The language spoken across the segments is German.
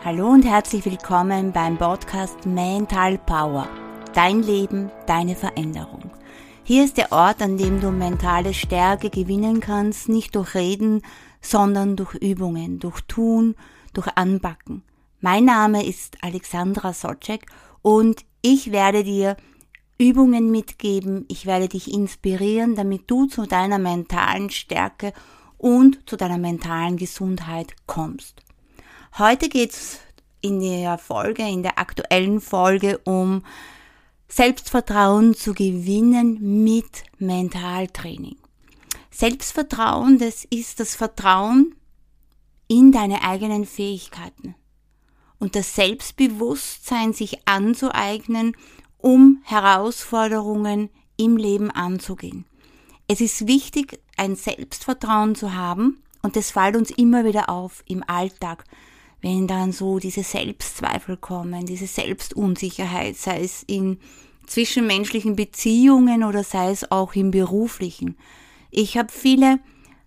Hallo und herzlich willkommen beim Podcast Mental Power. Dein Leben, deine Veränderung. Hier ist der Ort, an dem du mentale Stärke gewinnen kannst, nicht durch Reden, sondern durch Übungen, durch Tun, durch Anpacken. Mein Name ist Alexandra Socek und ich werde dir Übungen mitgeben, ich werde dich inspirieren, damit du zu deiner mentalen Stärke und zu deiner mentalen Gesundheit kommst. Heute geht's in der aktuellen Folge um Selbstvertrauen zu gewinnen mit Mentaltraining. Selbstvertrauen, das ist das Vertrauen in deine eigenen Fähigkeiten und das Selbstbewusstsein, sich anzueignen, um Herausforderungen im Leben anzugehen. Es ist wichtig, ein Selbstvertrauen zu haben und das fällt uns immer wieder auf im Alltag, wenn dann so diese Selbstzweifel kommen, diese Selbstunsicherheit, sei es in zwischenmenschlichen Beziehungen oder sei es auch im beruflichen. Ich habe viele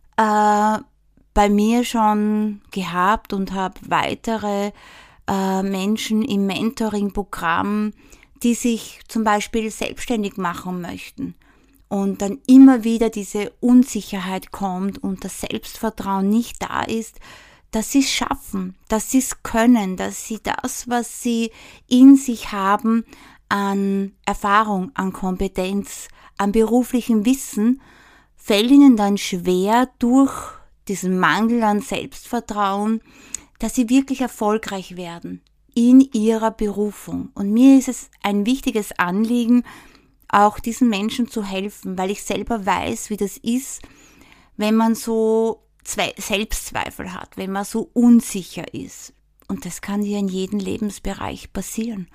bei mir schon gehabt und habe weitere Menschen im Mentoring-Programm, die sich zum Beispiel selbstständig machen möchten und dann immer wieder diese Unsicherheit kommt und das Selbstvertrauen nicht da ist, dass sie es schaffen, dass sie es können, dass sie das, was sie in sich haben, an Erfahrung, an Kompetenz, an beruflichem Wissen, fällt ihnen dann schwer durch diesen Mangel an Selbstvertrauen, dass sie wirklich erfolgreich werden in ihrer Berufung. Und mir ist es ein wichtiges Anliegen, auch diesen Menschen zu helfen, weil ich selber weiß, wie das ist, wenn man so Selbstzweifel hat, wenn man so unsicher ist. Und das kann dir in jedem Lebensbereich passieren.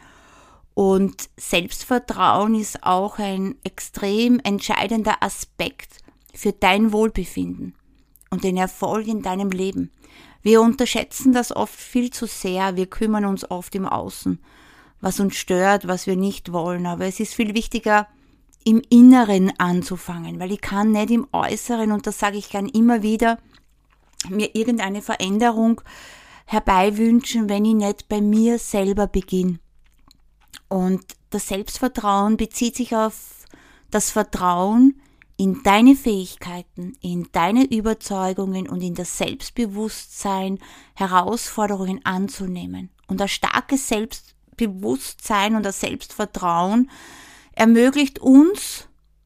Und Selbstvertrauen ist auch ein extrem entscheidender Aspekt für dein Wohlbefinden und den Erfolg in deinem Leben. Wir unterschätzen das oft viel zu sehr. Wir kümmern uns oft im Außen, was uns stört, was wir nicht wollen. Aber es ist viel wichtiger, im Inneren anzufangen, weil ich kann nicht im Äußeren, und das sage ich gern immer wieder, mir irgendeine Veränderung herbeiwünschen, wenn ich nicht bei mir selber beginne. Und das Selbstvertrauen bezieht sich auf das Vertrauen in deine Fähigkeiten, in deine Überzeugungen und in das Selbstbewusstsein, Herausforderungen anzunehmen. Und ein starkes Selbstbewusstsein und das Selbstvertrauen ermöglicht uns,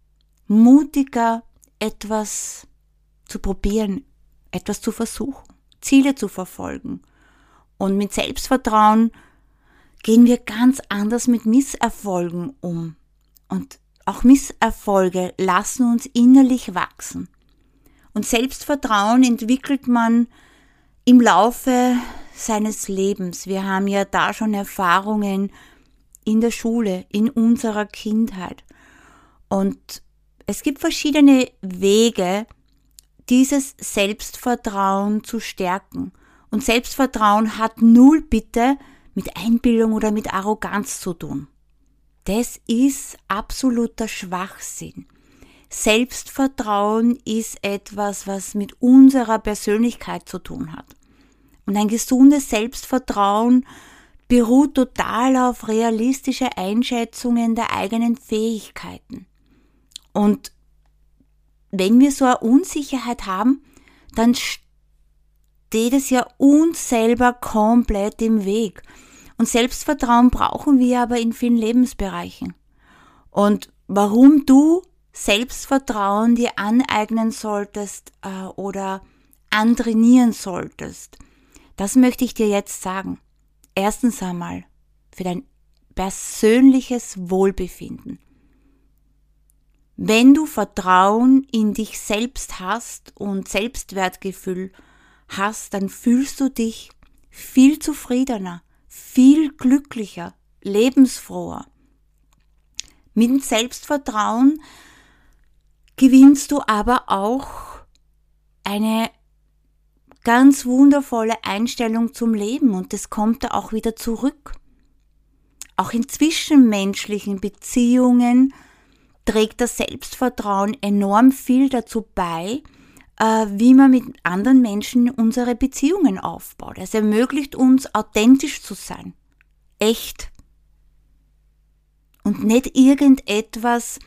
mutiger etwas zu probieren, etwas zu versuchen, Ziele zu verfolgen. Und mit Selbstvertrauen gehen wir ganz anders mit Misserfolgen um. Und auch Misserfolge lassen uns innerlich wachsen. Und Selbstvertrauen entwickelt man im Laufe seines Lebens. Wir haben ja da schon Erfahrungen in der Schule, in unserer Kindheit. Und es gibt verschiedene Wege, dieses Selbstvertrauen zu stärken. Und Selbstvertrauen hat null bitte mit Einbildung oder mit Arroganz zu tun. Das ist absoluter Schwachsinn. Selbstvertrauen ist etwas, was mit unserer Persönlichkeit zu tun hat. Und ein gesundes Selbstvertrauen beruht total auf realistische Einschätzungen der eigenen Fähigkeiten. Und wenn wir so eine Unsicherheit haben, dann steht es ja uns selber komplett im Weg. Und Selbstvertrauen brauchen wir aber in vielen Lebensbereichen. Und warum du Selbstvertrauen dir aneignen solltest oder antrainieren solltest, das möchte ich dir jetzt sagen. Erstens einmal für dein persönliches Wohlbefinden. Wenn du Vertrauen in dich selbst hast und Selbstwertgefühl hast, dann fühlst du dich viel zufriedener, viel glücklicher, lebensfroher. Mit dem Selbstvertrauen gewinnst du aber auch eine ganz wundervolle Einstellung zum Leben und das kommt da auch wieder zurück. Auch in zwischenmenschlichen Beziehungen trägt das Selbstvertrauen enorm viel dazu bei, wie man mit anderen Menschen unsere Beziehungen aufbaut. Es ermöglicht uns, authentisch zu sein, echt und nicht irgendetwas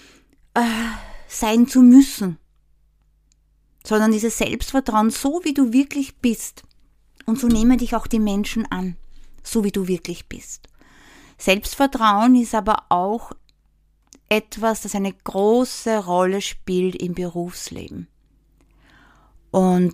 sein zu müssen, sondern dieses Selbstvertrauen, so wie du wirklich bist. Und so nehmen dich auch die Menschen an, so wie du wirklich bist. Selbstvertrauen ist aber auch etwas, das eine große Rolle spielt im Berufsleben. Und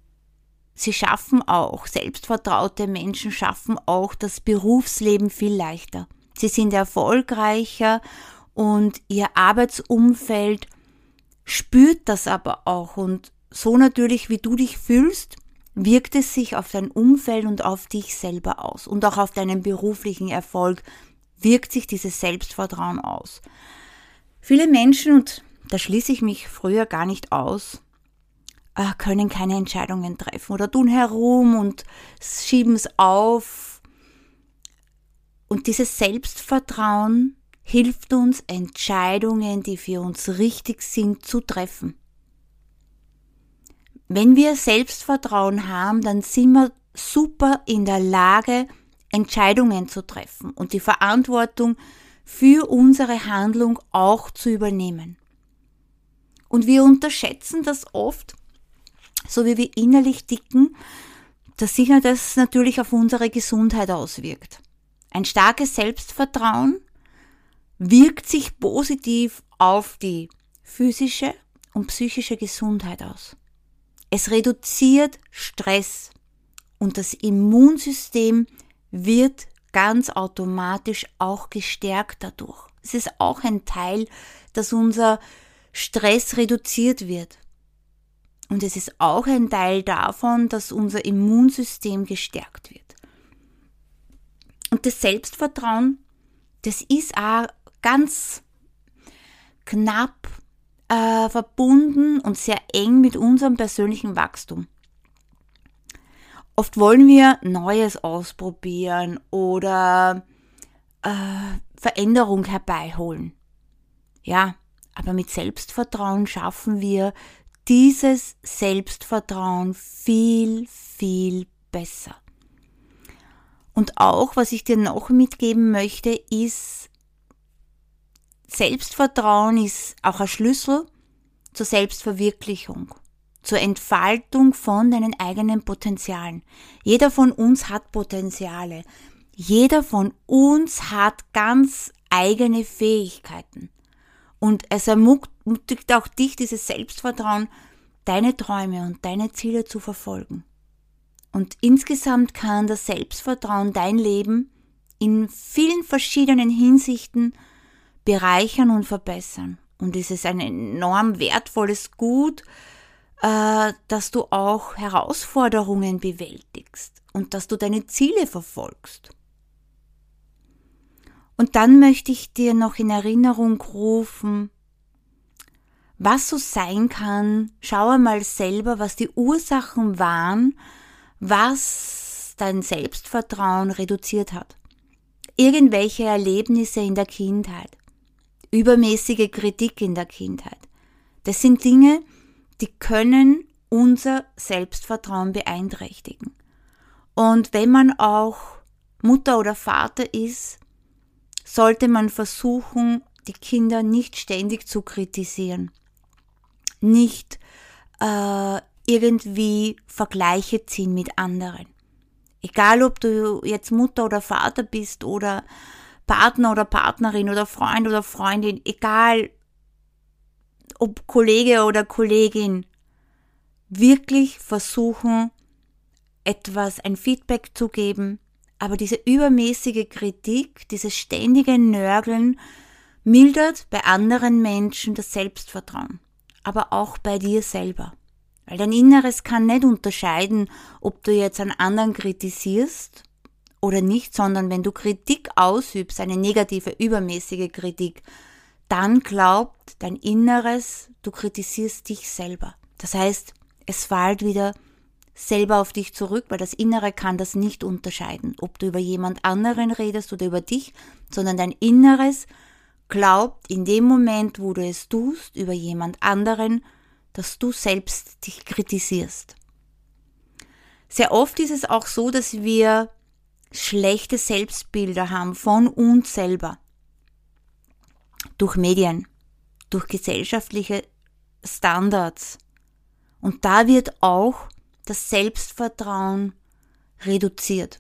selbstvertraute Menschen schaffen auch das Berufsleben viel leichter. Sie sind erfolgreicher und ihr Arbeitsumfeld spürt das aber auch. Und so natürlich, wie du dich fühlst, wirkt es sich auf dein Umfeld und auf dich selber aus. Und auch auf deinen beruflichen Erfolg wirkt sich dieses Selbstvertrauen aus. Viele Menschen, und da schließe ich mich früher gar nicht aus, können keine Entscheidungen treffen oder tun herum und schieben es auf. Und dieses Selbstvertrauen hilft uns, Entscheidungen, die für uns richtig sind, zu treffen. Wenn wir Selbstvertrauen haben, dann sind wir super in der Lage, Entscheidungen zu treffen und die Verantwortung für unsere Handlung auch zu übernehmen. Und wir unterschätzen das oft, so wie wir innerlich ticken, dass sich das natürlich auf unsere Gesundheit auswirkt. Ein starkes Selbstvertrauen wirkt sich positiv auf die physische und psychische Gesundheit aus. Es reduziert Stress und das Immunsystem wird ganz automatisch auch gestärkt dadurch. Es ist auch ein Teil, dass unser Stress reduziert wird. Und es ist auch ein Teil davon, dass unser Immunsystem gestärkt wird. Und das Selbstvertrauen, das ist auch ganz knapp verbunden und sehr eng mit unserem persönlichen Wachstum. Oft wollen wir Neues ausprobieren oder Veränderung herbeiholen. Ja, aber mit Selbstvertrauen schaffen wir dieses Selbstvertrauen viel, viel besser. Und auch, was ich dir noch mitgeben möchte, ist, Selbstvertrauen ist auch ein Schlüssel zur Selbstverwirklichung, zur Entfaltung von deinen eigenen Potenzialen. Jeder von uns hat Potenziale. Jeder von uns hat ganz eigene Fähigkeiten. Und es ermutigt auch dich, dieses Selbstvertrauen, deine Träume und deine Ziele zu verfolgen. Und insgesamt kann das Selbstvertrauen dein Leben in vielen verschiedenen Hinsichten bereichern und verbessern. Und es ist ein enorm wertvolles Gut, dass du auch Herausforderungen bewältigst und dass du deine Ziele verfolgst. Und dann möchte ich dir noch in Erinnerung rufen, was so sein kann. Schau einmal selber, was die Ursachen waren, was dein Selbstvertrauen reduziert hat. Irgendwelche Erlebnisse in der Kindheit, übermäßige Kritik in der Kindheit. Das sind Dinge, die können unser Selbstvertrauen beeinträchtigen. Und wenn man auch Mutter oder Vater ist, sollte man versuchen, die Kinder nicht ständig zu kritisieren, nicht irgendwie Vergleiche ziehen mit anderen. Egal, ob du jetzt Mutter oder Vater bist oder Partner oder Partnerin oder Freund oder Freundin, egal, ob Kollege oder Kollegin, wirklich versuchen, ein Feedback zu geben. Aber diese übermäßige Kritik, dieses ständige Nörgeln mildert bei anderen Menschen das Selbstvertrauen, aber auch bei dir selber. Weil dein Inneres kann nicht unterscheiden, ob du jetzt einen anderen kritisierst oder nicht, sondern wenn du Kritik ausübst, eine negative, übermäßige Kritik, dann glaubt dein Inneres, du kritisierst dich selber. Das heißt, es fällt wieder selber auf dich zurück, weil das Innere kann das nicht unterscheiden, ob du über jemand anderen redest oder über dich, sondern dein Inneres glaubt in dem Moment, wo du es tust, über jemand anderen, dass du selbst dich kritisierst. Sehr oft ist es auch so, dass wir schlechte Selbstbilder haben von uns selber. Durch Medien, durch gesellschaftliche Standards. Und da wird auch das Selbstvertrauen reduziert.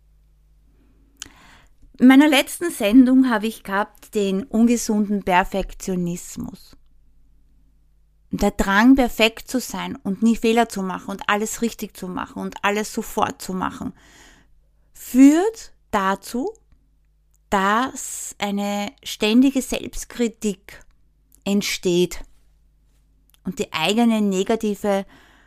In meiner letzten Sendung habe ich gehabt den ungesunden Perfektionismus. Der Drang, perfekt zu sein und nie Fehler zu machen und alles richtig zu machen und alles sofort zu machen, führt dazu, dass eine ständige Selbstkritik entsteht und die eigene negative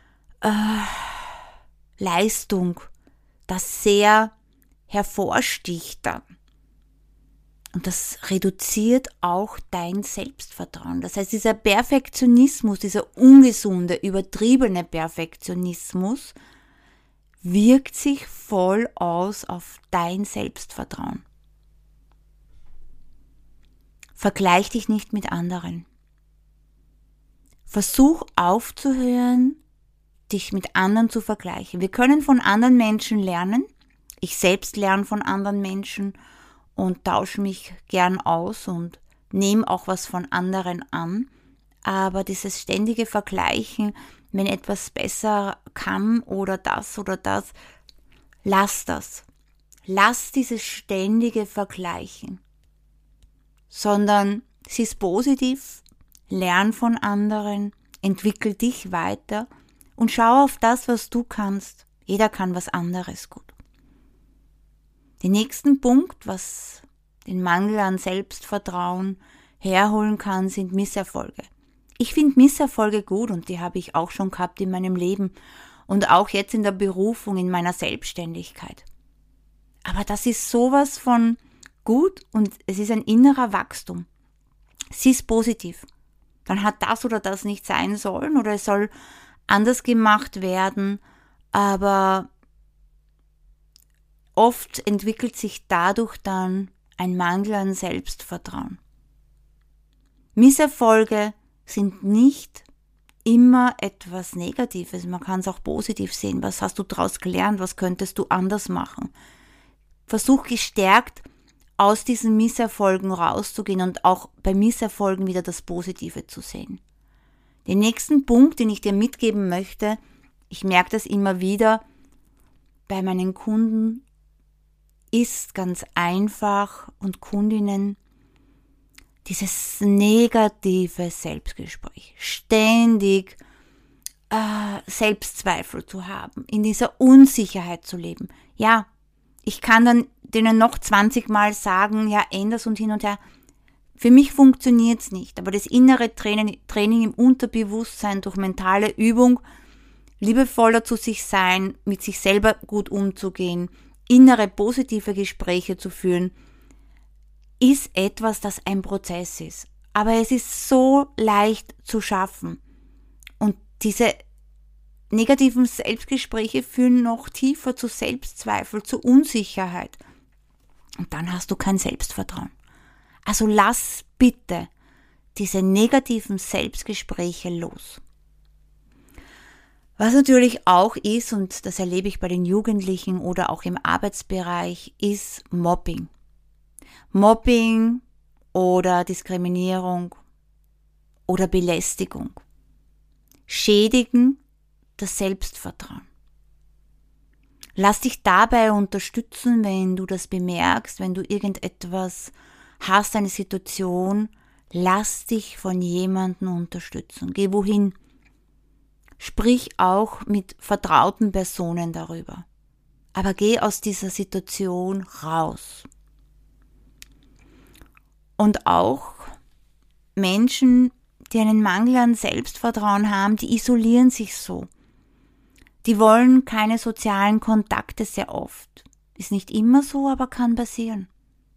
Leistung, das sehr hervorsticht dann. Und das reduziert auch dein Selbstvertrauen. Das heißt, dieser Perfektionismus, dieser ungesunde, übertriebene Perfektionismus wirkt sich voll aus auf dein Selbstvertrauen. Vergleich dich nicht mit anderen. Versuch aufzuhören, dich mit anderen zu vergleichen. Wir können von anderen Menschen lernen. Ich selbst lerne von anderen Menschen und tausche mich gern aus und nehme auch was von anderen an. Aber dieses ständige Vergleichen, wenn etwas besser kann oder das, lass das. Lass dieses ständige Vergleichen. Sondern sieh's positiv, lern von anderen, entwickel dich weiter und schau auf das, was du kannst. Jeder kann was anderes gut. Den nächsten Punkt, was den Mangel an Selbstvertrauen herholen kann, sind Misserfolge. Ich finde Misserfolge gut und die habe ich auch schon gehabt in meinem Leben und auch jetzt in der Berufung, in meiner Selbstständigkeit. Aber das ist sowas von gut und es ist ein innerer Wachstum. Sie ist positiv. Dann hat das oder das nicht sein sollen oder es soll anders gemacht werden, aber oft entwickelt sich dadurch dann ein Mangel an Selbstvertrauen. Misserfolge sind nicht immer etwas Negatives. Man kann es auch positiv sehen. Was hast du daraus gelernt? Was könntest du anders machen? Versuch gestärkt aus diesen Misserfolgen rauszugehen und auch bei Misserfolgen wieder das Positive zu sehen. Den nächsten Punkt, den ich dir mitgeben möchte, ich merke das immer wieder bei meinen Kunden, ist ganz einfach und Kundinnen dieses negative Selbstgespräch, ständig Selbstzweifel zu haben, in dieser Unsicherheit zu leben. Ja, ich kann dann denen noch 20 Mal sagen, ja, änders und hin und her. Für mich funktioniert's nicht, aber das innere Training im Unterbewusstsein durch mentale Übung, liebevoller zu sich sein, mit sich selber gut umzugehen, innere positive Gespräche zu führen, ist etwas, das ein Prozess ist. Aber es ist so leicht zu schaffen. Und diese negativen Selbstgespräche führen noch tiefer zu Selbstzweifel, zu Unsicherheit. Und dann hast du kein Selbstvertrauen. Also lass bitte diese negativen Selbstgespräche los. Was natürlich auch ist, und das erlebe ich bei den Jugendlichen oder auch im Arbeitsbereich, ist Mobbing. Mobbing oder Diskriminierung oder Belästigung schädigen das Selbstvertrauen. Lass dich dabei unterstützen, wenn du das bemerkst, wenn du irgendetwas hast, eine Situation, lass dich von jemandem unterstützen. Geh wohin. Sprich auch mit vertrauten Personen darüber. Aber geh aus dieser Situation raus. Und auch Menschen, die einen Mangel an Selbstvertrauen haben, die isolieren sich so. Die wollen keine sozialen Kontakte sehr oft. Ist nicht immer so, aber kann passieren.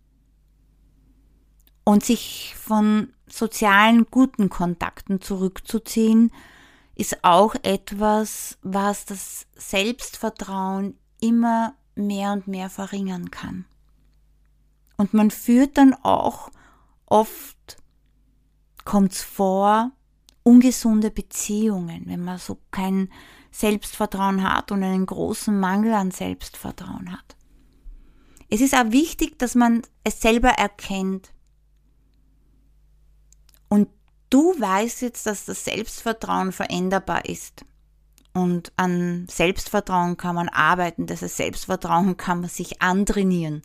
Und sich von sozialen guten Kontakten zurückzuziehen, ist auch etwas, was das Selbstvertrauen immer mehr und mehr verringern kann. Und man führt dann auch, oft kommt's vor, ungesunde Beziehungen, wenn man so kein Selbstvertrauen hat und einen großen Mangel an Selbstvertrauen hat. Es ist auch wichtig, dass man es selber erkennt. Und du weißt jetzt, dass das Selbstvertrauen veränderbar ist. Und an Selbstvertrauen kann man arbeiten, das Selbstvertrauen kann man sich antrainieren.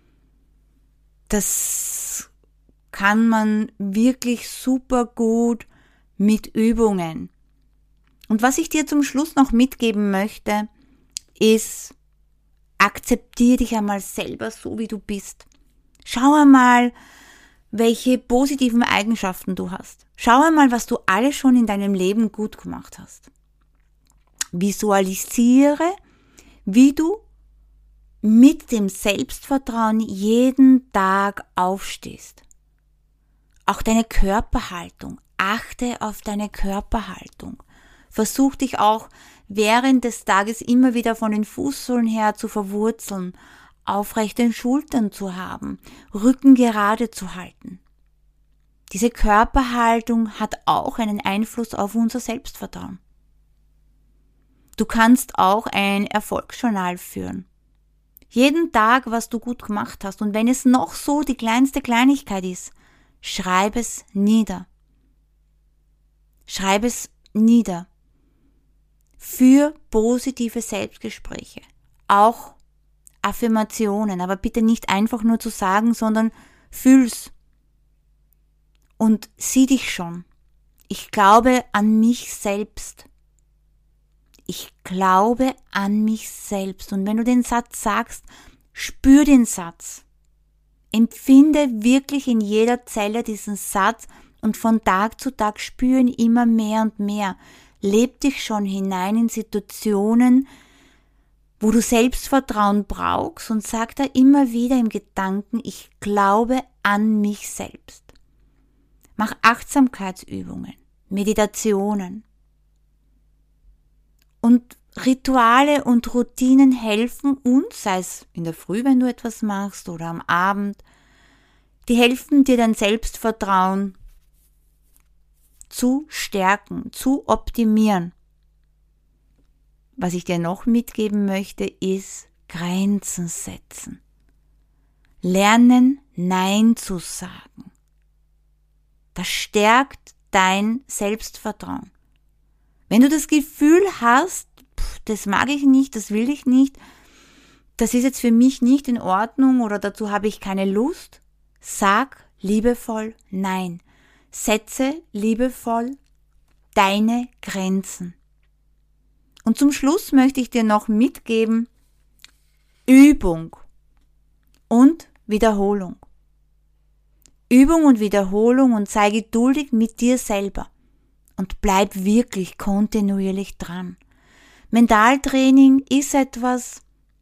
Das kann man wirklich super gut mit Übungen. Und was ich dir zum Schluss noch mitgeben möchte, ist, akzeptiere dich einmal selber so, wie du bist. Schau einmal, welche positiven Eigenschaften du hast. Schau einmal, was du alles schon in deinem Leben gut gemacht hast. Visualisiere, wie du mit dem Selbstvertrauen jeden Tag aufstehst. Auch deine Körperhaltung. Achte auf deine Körperhaltung. Versuch dich auch während des Tages immer wieder von den Fußsohlen her zu verwurzeln, aufrechte Schultern zu haben, Rücken gerade zu halten. Diese Körperhaltung hat auch einen Einfluss auf unser Selbstvertrauen. Du kannst auch ein Erfolgsjournal führen. Jeden Tag, was du gut gemacht hast, und wenn es noch so die kleinste Kleinigkeit ist, schreib es nieder. Schreib es nieder. Für positive Selbstgespräche. Auch Affirmationen, aber bitte nicht einfach nur zu sagen, sondern fühl's. Und sieh dich schon. Ich glaube an mich selbst. Ich glaube an mich selbst. Und wenn du den Satz sagst, spür den Satz. Empfinde wirklich in jeder Zelle diesen Satz und von Tag zu Tag spüren immer mehr und mehr. Leb dich schon hinein in Situationen, wo du Selbstvertrauen brauchst und sag da immer wieder im Gedanken, ich glaube an mich selbst. Mach Achtsamkeitsübungen, Meditationen. Und Rituale und Routinen helfen uns, sei es in der Früh, wenn du etwas machst oder am Abend, die helfen dir dein Selbstvertrauen zu stärken, zu optimieren. Was ich dir noch mitgeben möchte, ist Grenzen setzen. Lernen, Nein zu sagen. Das stärkt dein Selbstvertrauen. Wenn du das Gefühl hast, das mag ich nicht, das will ich nicht, das ist jetzt für mich nicht in Ordnung oder dazu habe ich keine Lust, sag liebevoll Nein. Setze liebevoll deine Grenzen. Und zum Schluss möchte ich dir noch mitgeben, Übung und Wiederholung. Übung und Wiederholung und sei geduldig mit dir selber. Und bleib wirklich kontinuierlich dran. Mentaltraining ist etwas,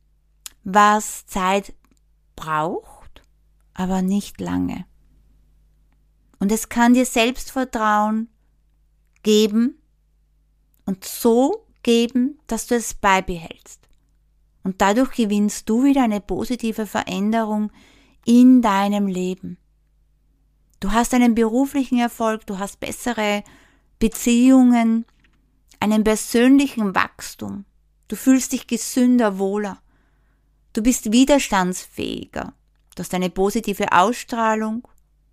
was Zeit braucht, aber nicht lange. Und es kann dir Selbstvertrauen geben und so geben, dass du es beibehältst. Und dadurch gewinnst du wieder eine positive Veränderung in deinem Leben. Du hast einen beruflichen Erfolg, du hast bessere Beziehungen, einen persönlichen Wachstum. Du fühlst dich gesünder, wohler. Du bist widerstandsfähiger. Du hast eine positive Ausstrahlung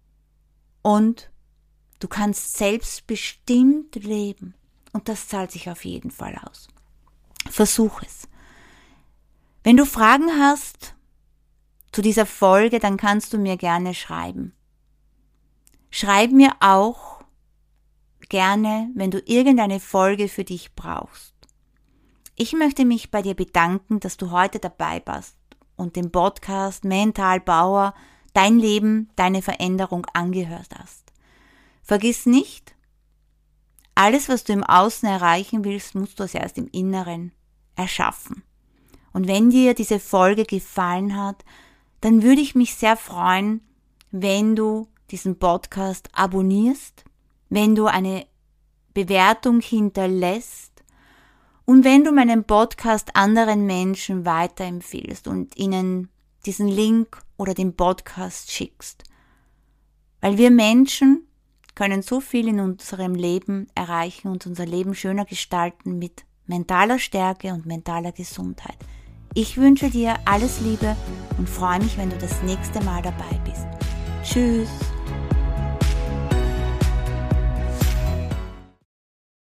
und du kannst selbstbestimmt leben. Und das zahlt sich auf jeden Fall aus. Versuch es. Wenn du Fragen hast zu dieser Folge, dann kannst du mir gerne schreiben. Schreib mir auch gerne, wenn du irgendeine Folge für dich brauchst. Ich möchte mich bei dir bedanken, dass du heute dabei warst und den Podcast Mental Power, dein Leben, deine Veränderung angehört hast. Vergiss nicht, alles, was du im Außen erreichen willst, musst du erst im Inneren erschaffen. Und wenn dir diese Folge gefallen hat, dann würde ich mich sehr freuen, wenn du diesen Podcast abonnierst, wenn du eine Bewertung hinterlässt und wenn du meinen Podcast anderen Menschen weiterempfiehlst und ihnen diesen Link oder den Podcast schickst. Weil wir Menschen können so viel in unserem Leben erreichen und unser Leben schöner gestalten mit mentaler Stärke und mentaler Gesundheit. Ich wünsche dir alles Liebe und freue mich, wenn du das nächste Mal dabei bist. Tschüss!